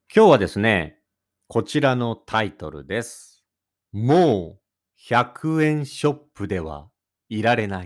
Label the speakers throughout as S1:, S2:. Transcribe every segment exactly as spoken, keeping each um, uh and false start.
S1: 今日はですね、こちらのタイトルです。もうひゃくえんショップではいられない。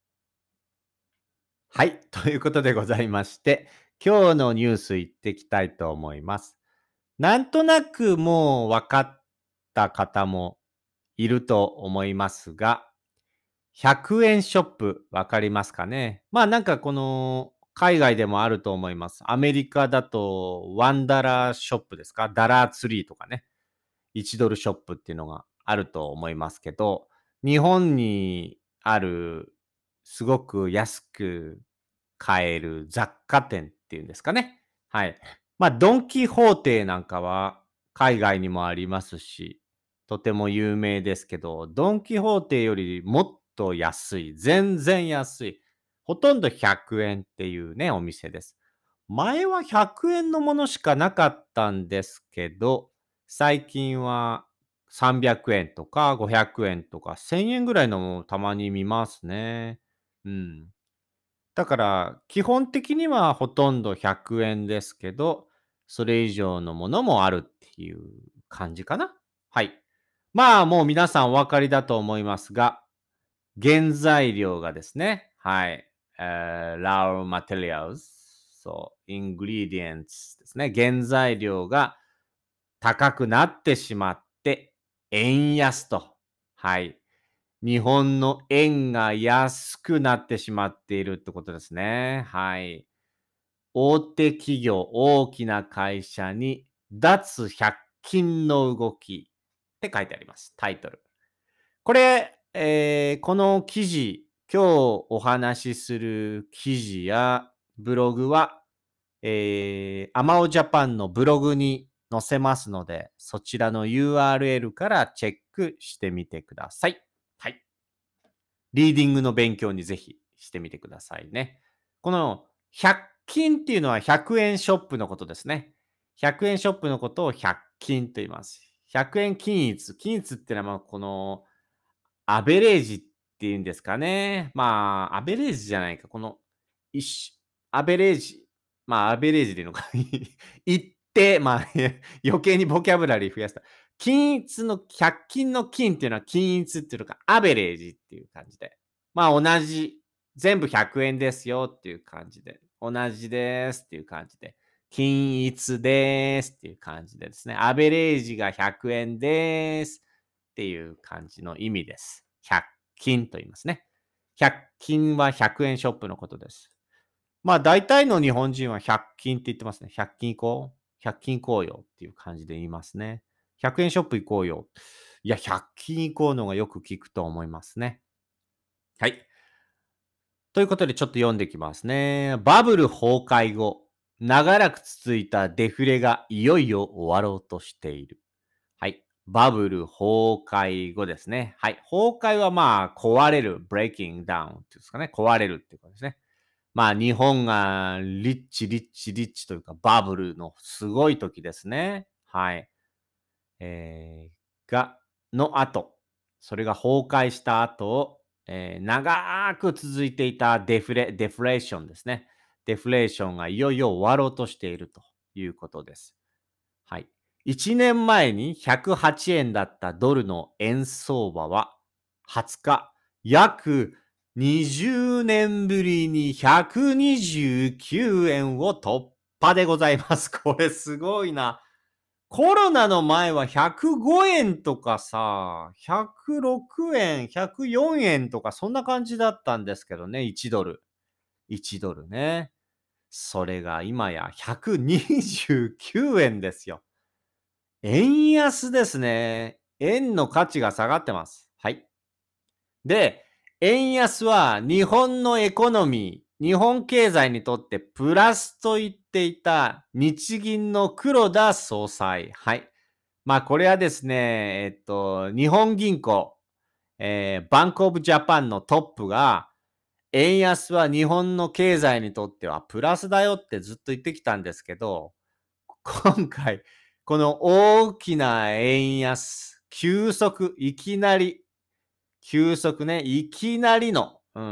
S1: はい、ということでございまして、今日のニュースいっていきたいと思います。なんとなくもう分かった方もいると思いますが、ひゃくえんショップ分かりますかね？まあ、なんかこの、海外でもあると思います。アメリカだとワンダラーショップですか？ダラーツリーとかね。いちドルショップっていうのがあると思いますけど、日本にあるすごく安く買える雑貨店っていうんですかね。はい。まあ、ドン・キホーテなんかは海外にもありますし、とても有名ですけど、ドン・キホーテよりもっと安い、全然安い、ほとんどひゃくえんっていうね、お店です。前はひゃくえんのものしかなかったんですけど、最近はさんびゃくえんとかごひゃくえんとかせんえんぐらいのもたまに見ますね。うん。だから、基本的にはほとんどひゃくえんですけど、それ以上のものもあるっていう感じかな。はい。まあ、もう皆さんお分かりだと思いますが、原材料がですね、はい、えー、raw materials、そう、ingredients ですね。原材料が高くなってしまって、円安と。はい。日本の円が安くなってしまっているってことですね。はい。大手企業、大きな会社に脱百均の動きって書いてあります。タイトル。これ、えーこの記事、今日お話しする記事やブログは、えー、アマオジャパンのブログに載せますので、そちらの ユーアールエル からチェックしてみてください。はい。リーディングの勉強にぜひしてみてくださいね。このひゃく均っていうのはひゃくえんショップのことですね。ひゃくえんショップのことをひゃく均と言います。ひゃくえん均一。均一っていうのは、まあこのアベレージっていうんですかね。まあ、アベレージじゃないか。この、一アベレージ。まあ、アベレージでいいのか。一定、まあ、余計にボキャブラリー増やした。均一の、ひゃく均の均っていうのは均一っていうのか、アベレージっていう感じで。まあ、同じ、全部ひゃくえんですよっていう感じで。同じですっていう感じで。均一ですっていう感じでですね。アベレージがひゃくえんですっていう感じの意味です。ひゃく均と言いますね。ひゃく均はひゃくえんショップのことです。まあ大体の日本人はひゃく均って言ってますね。ひゃく均行こう。ひゃく均行こうよっていう感じで言いますね。ひゃくえんショップ行こうよ。いや、ひゃく均行こうのがよく聞くと思いますね。はい。ということでちょっと読んでいきますね。バブル崩壊後、長らく続いたデフレがいよいよ終わろうとしている。はい。バブル崩壊後ですね。はい。崩壊はまあ、壊れる、breaking down っていうんですかね。壊れるっていうことですね。まあ、日本がリッチ、リッチ、リッチというか、バブルのすごい時ですね。はい。えー、が、の後、それが崩壊した後、えー、長く続いていたデフレ、デフレーションですね。デフレーションがいよいよ終わろうとしているということです。はい。いちねんまえにひゃくはちえんだったドルの円相場は、はつか、約にじゅうねんぶりにひゃくにじゅうきゅうえんを突破でございます。これすごいな。コロナの前はひゃくごえんとかさ、ひゃくろくえん、ひゃくよんえんとかそんな感じだったんですけどね、いちドル。いちドルね。それが今やひゃくにじゅうきゅうえんですよ。円安ですね。円の価値が下がってます。はい。で、円安は日本のエコノミー、日本経済にとってプラスと言っていた日銀の黒田総裁。はい。まあこれはですね、えっと、日本銀行、えー、バンクオブジャパンのトップが、円安は日本の経済にとってはプラスだよってずっと言ってきたんですけど、今回、この大きな円安、急速、いきなり、急速ね、いきなりの、うん、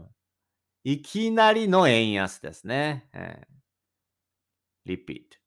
S1: いきなりの円安ですね。えー、リピート。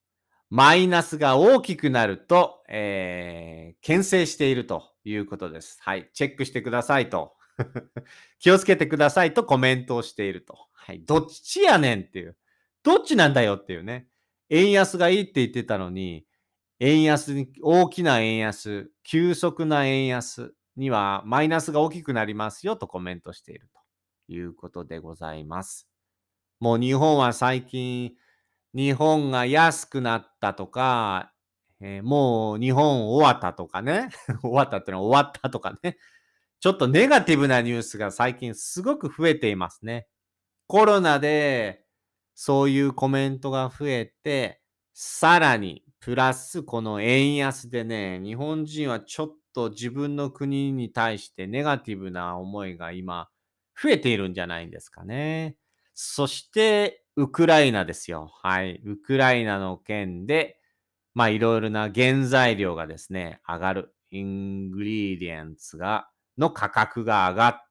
S1: マイナスが大きくなると、えー、牽制しているということです。はい。チェックしてくださいと。気をつけてくださいとコメントをしていると。はい。どっちやねんっていう。どっちなんだよっていうね。円安がいいって言ってたのに、円安に、大きな円安、急速な円安にはマイナスが大きくなりますよとコメントしているということでございます。もう日本は最近、日本が安くなったとか、えーもう日本終わったとかね。終わったってのは終わったとかね。ちょっとネガティブなニュースが最近すごく増えていますね。コロナでそういうコメントが増えて、さらにプラスこの円安でね、日本人はちょっと自分の国に対してネガティブな思いが今増えているんじゃないんですかね。そして、ウクライナですよ。はい。ウクライナの件で、まあいろいろな原材料がですね、上がる。イングリディエンツが、の価格が上がって、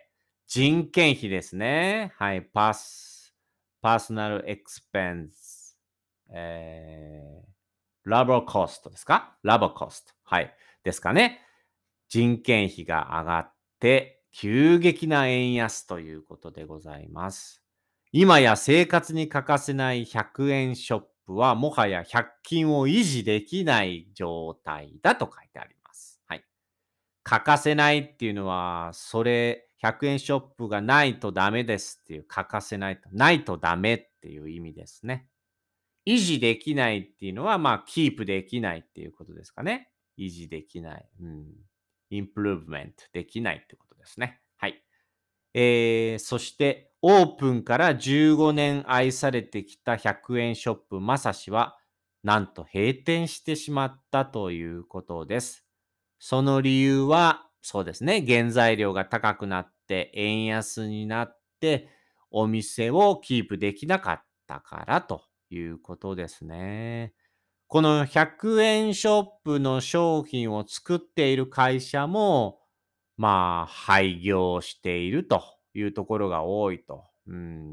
S1: 人件費ですね。はい。パス、パーソナルエクスペンス、えー、ラボコストですかラボコスト。はい。ですかね。人件費が上がって、急激な円安ということでございます。今や生活に欠かせないひゃくえんショップはもはやひゃく均を維持できない状態だと書いてあります。はい。欠かせないっていうのは、それひゃくえんショップがないとダメですっていう、欠かせないと、ないとダメっていう意味ですね。維持できないっていうのは、まあ、キープできないっていうことですかね。維持できない。うん。インプルーブメントできないってことですね。はい。えー、そして、オープンからじゅうごねん愛されてきたひゃくえんショップまさしは、なんと閉店してしまったということです。その理由は、そうですね、原材料が高くなって、円安になって、お店をキープできなかったからということですね。このひゃくえんショップの商品を作っている会社も、まあ、廃業しているというところが多いと。うん、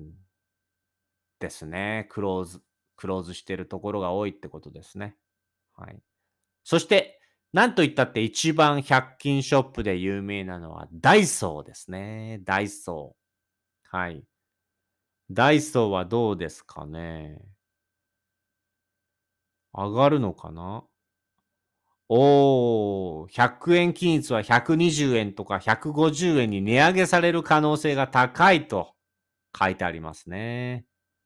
S1: ですね。クローズ、クローズしているところが多いってことですね。はい。そして、なんといったって一番ひゃく均ショップで有名なのはダイソーですね。ダイソー。はい。ダイソーはどうですかね。上がるのかな。おお、ひゃくえん均一はひゃくにじゅうえんとかひゃくごじゅうえんに値上げされる可能性が高いと書いてありますね。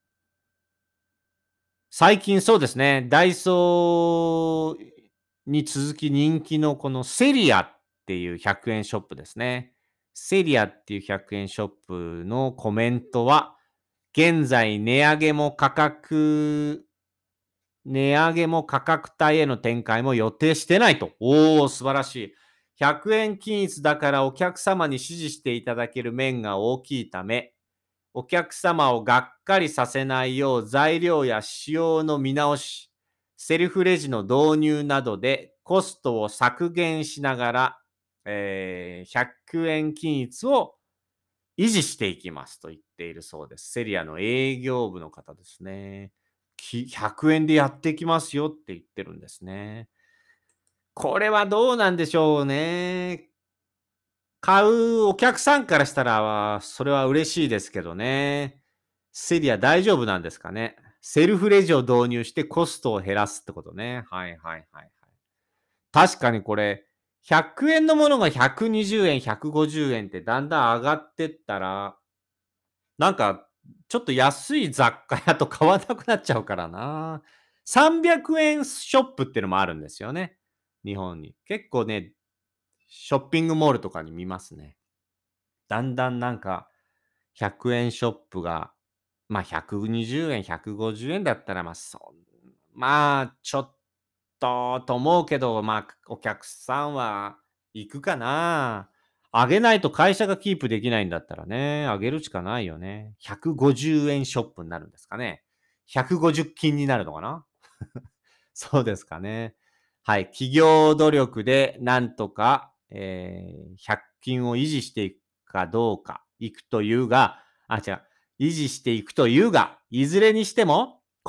S1: 最近そうですね、ダイソーに続き人気のこのセリアっていうひゃくえんショップですね。セリアっていうひゃくえんショップのコメントは、現在値上げも価格値上げも価格帯への展開も予定してないと。おー、素晴らしい。ひゃくえん均一だからお客様に支持していただける面が大きいため、お客様をがっかりさせないよう材料や仕様の見直し、セルフレジの導入などでコストを削減しながら、えーひゃくえん均一を維持していきますと言っているそうです。セリアの営業部の方ですね。きひゃくえんでやっていきますよって言ってるんですね。これはどうなんでしょうね。買うお客さんからしたら、それは嬉しいですけどね。セリア大丈夫なんですかね。セルフレジを導入してコストを減らすってことね。はいはいはいはい。確かにこれ、ひゃくえんのものがひゃくにじゅうえん、ひゃくごじゅうえんってだんだん上がってったら、なんか、ちょっと安い雑貨屋と買わなくなっちゃうからな。さんびゃくえんショップってのもあるんですよね。日本に。結構ね、ショッピングモールとかに見ますね。だんだんなんか、ひゃくえんショップが、まあ、ひゃくにじゅうえん、ひゃくごじゅうえんだったら、まあ、そんまあ、ちょっとと思うけど、まあ、お客さんは行くかな。上げないと会社がキープできないんだったらね、上げるしかないよね。ひゃくごじゅうえんショップになるんですかね。ひゃくごじゅう均になるのかな。そうですかね。はい。企業努力でなんとか、えー、ひゃく均を維持していくかどうか、いくというが、あ、違う。維持していくというが、いずれにしても、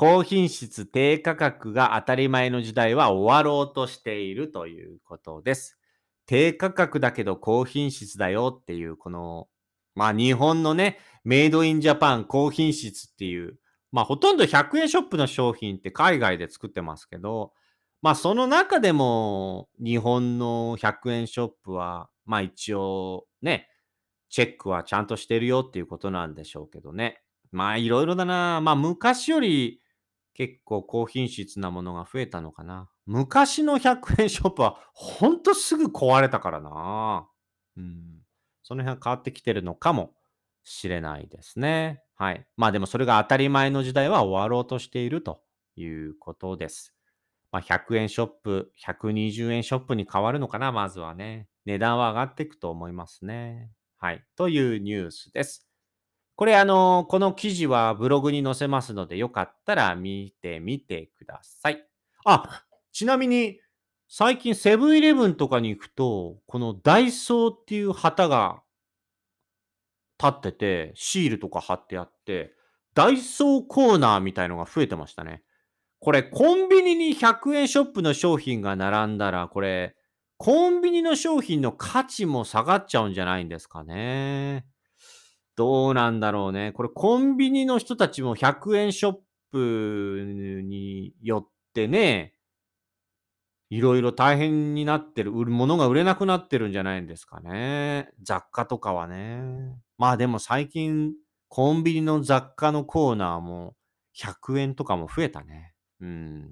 S1: 高品質低価格が当たり前の時代は終わろうとしているということです。低価格だけど高品質だよっていう、この、まあ日本のね、メイドインジャパン高品質っていう、まあほとんどひゃくえんショップの商品って海外で作ってますけど、まあその中でも日本のひゃくえんショップは、まあ一応ね、チェックはちゃんとしてるよっていうことなんでしょうけどね。まあいろいろだな。まあ昔より結構高品質なものが増えたのかな。昔のひゃくえんショップはほんとすぐ壊れたからな。うん。その辺は変わってきてるのかもしれないですね。はい。まあでもそれが当たり前の時代は終わろうとしているということです。まあ、ひゃくえんショップ、ひゃくにじゅうえんショップに変わるのかな、まずはね。値段は上がっていくと思いますね。はい。というニュースです。これあの、この記事はブログに載せますので、よかったら見てみてください。あ、ちなみに、最近セブンイレブンとかに行くと、このダイソーっていう旗が立ってて、シールとか貼ってあって、ダイソーコーナーみたいのが増えてましたね。これ、コンビニにひゃくえんショップの商品が並んだら、これ、コンビニの商品の価値も下がっちゃうんじゃないんですかね。どうなんだろうね。これ、コンビニの人たちもひゃくえんショップによってね、いろいろ大変になってる、売るものが売れなくなってるんじゃないんですかね。雑貨とかはね。まあでも最近、コンビニの雑貨のコーナーもひゃくえんとかも増えたね。うん。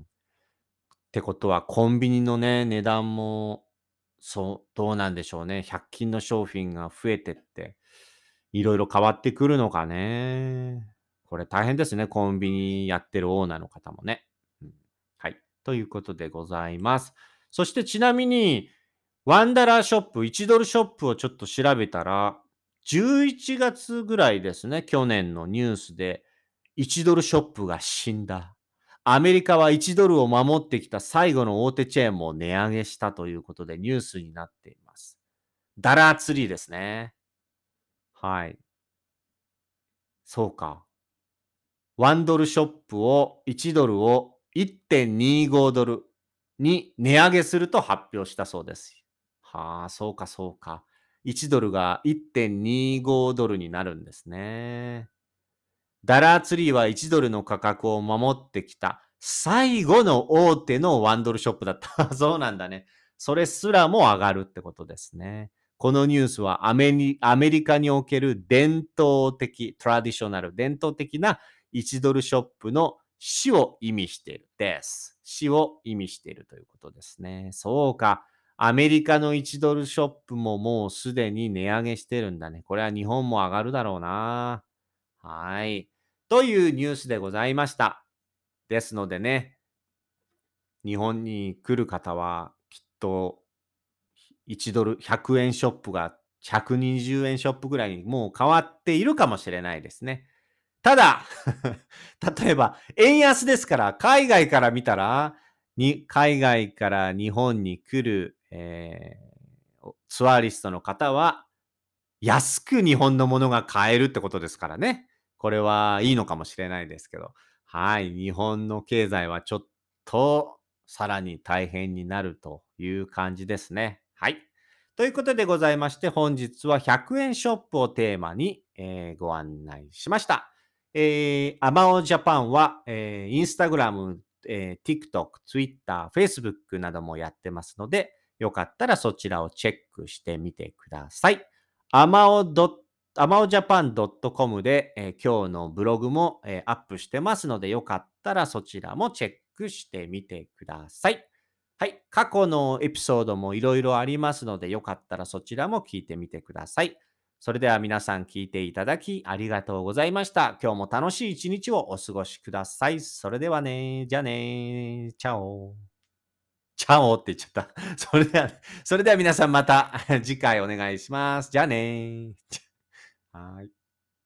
S1: ってことは、コンビニのね、値段も、そう、どうなんでしょうね。ひゃく均の商品が増えてって、いろいろ変わってくるのかね。これ大変ですね。コンビニやってるオーナーの方もね。うん、はい。ということでございます。そしてちなみに、ワンダラーショップ、いちドルショップをちょっと調べたら、じゅういちがつぐらいですね、去年のニュースで、いちドルショップが死んだ。アメリカはいちドルを守ってきた最後の大手チェーンも値上げしたということでニュースになっています。ダラーツリーですね。はい。そうか。ワンドルショップをいちドルをいってんにごドルに値上げすると発表したそうです。はあ、そうかそうか。いちドルがいってんにごドルになるんですね。ダラーツリーはいちドルの価格を守ってきた最後の大手のワンドルショップだった。そうなんだね。それすらも上がるってことですね。このニュースはアメリアメリカにおける伝統的、トラディショナル、伝統的ないちドルショップの死を意味しているです。死を意味しているということですね。そうか。アメリカのいちドルショップももうすでに値上げしてるんだね。これは日本も上がるだろうな。はい。というニュースでございました。ですのでね、日本に来る方はきっといちドル、ひゃくえんショップがひゃくにじゅうえんショップぐらいにもう変わっているかもしれないですね。ただ、例えば、円安ですから、海外から見たら、に海外から日本に来る、えーツアーリストの方は、安く日本のものが買えるってことですからね。これはいいのかもしれないですけど。はい。日本の経済はちょっとさらに大変になるという感じですね。はい。ということでございまして、本日はひゃくえんショップをテーマに、えーご案内しました。えー、アマオジャパンは、えー、インスタグラム、えー、TikTok、Twitter、Facebook などもやってますので、よかったらそちらをチェックしてみてください。アマオドアマオジャパンドットコムで、えー今日のブログも、えーアップしてますので、よかったらそちらもチェックしてみてください。はい。過去のエピソードもいろいろありますので、よかったらそちらも聞いてみてください。それでは皆さん聞いていただきありがとうございました。今日も楽しい一日をお過ごしください。それではね。じゃあね。チャオ。チャオって言っちゃった。それでは、それでは皆さんまた次回お願いします。じゃあね。はい。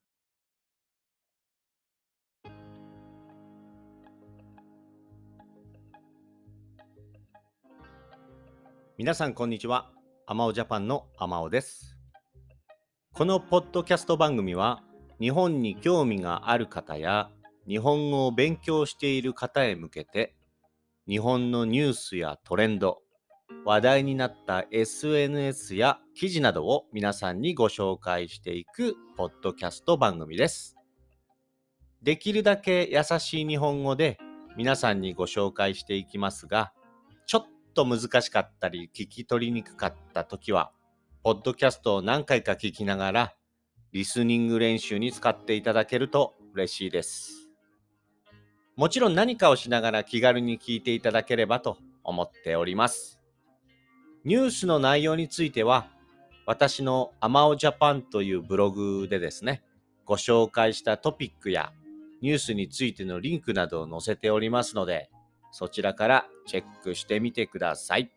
S1: 皆さんこんにちは。アマオジャパンのアマオです。このポッドキャスト番組は日本に興味がある方や日本語を勉強している方へ向けて、日本のニュースやトレンド、話題になった エスエヌエス や記事などを皆さんにご紹介していくポッドキャスト番組です。できるだけ優しい日本語で皆さんにご紹介していきますが、ちょっと難しかったり聞き取りにくかったときは、ポッドキャストを何回か聞きながら、リスニング練習に使っていただけると嬉しいです。もちろん何かをしながら気軽に聞いていただければと思っております。ニュースの内容については、私のアマオジャパンというブログでですね、ご紹介したトピックやニュースについてのリンクなどを載せておりますので、そちらからチェックしてみてください。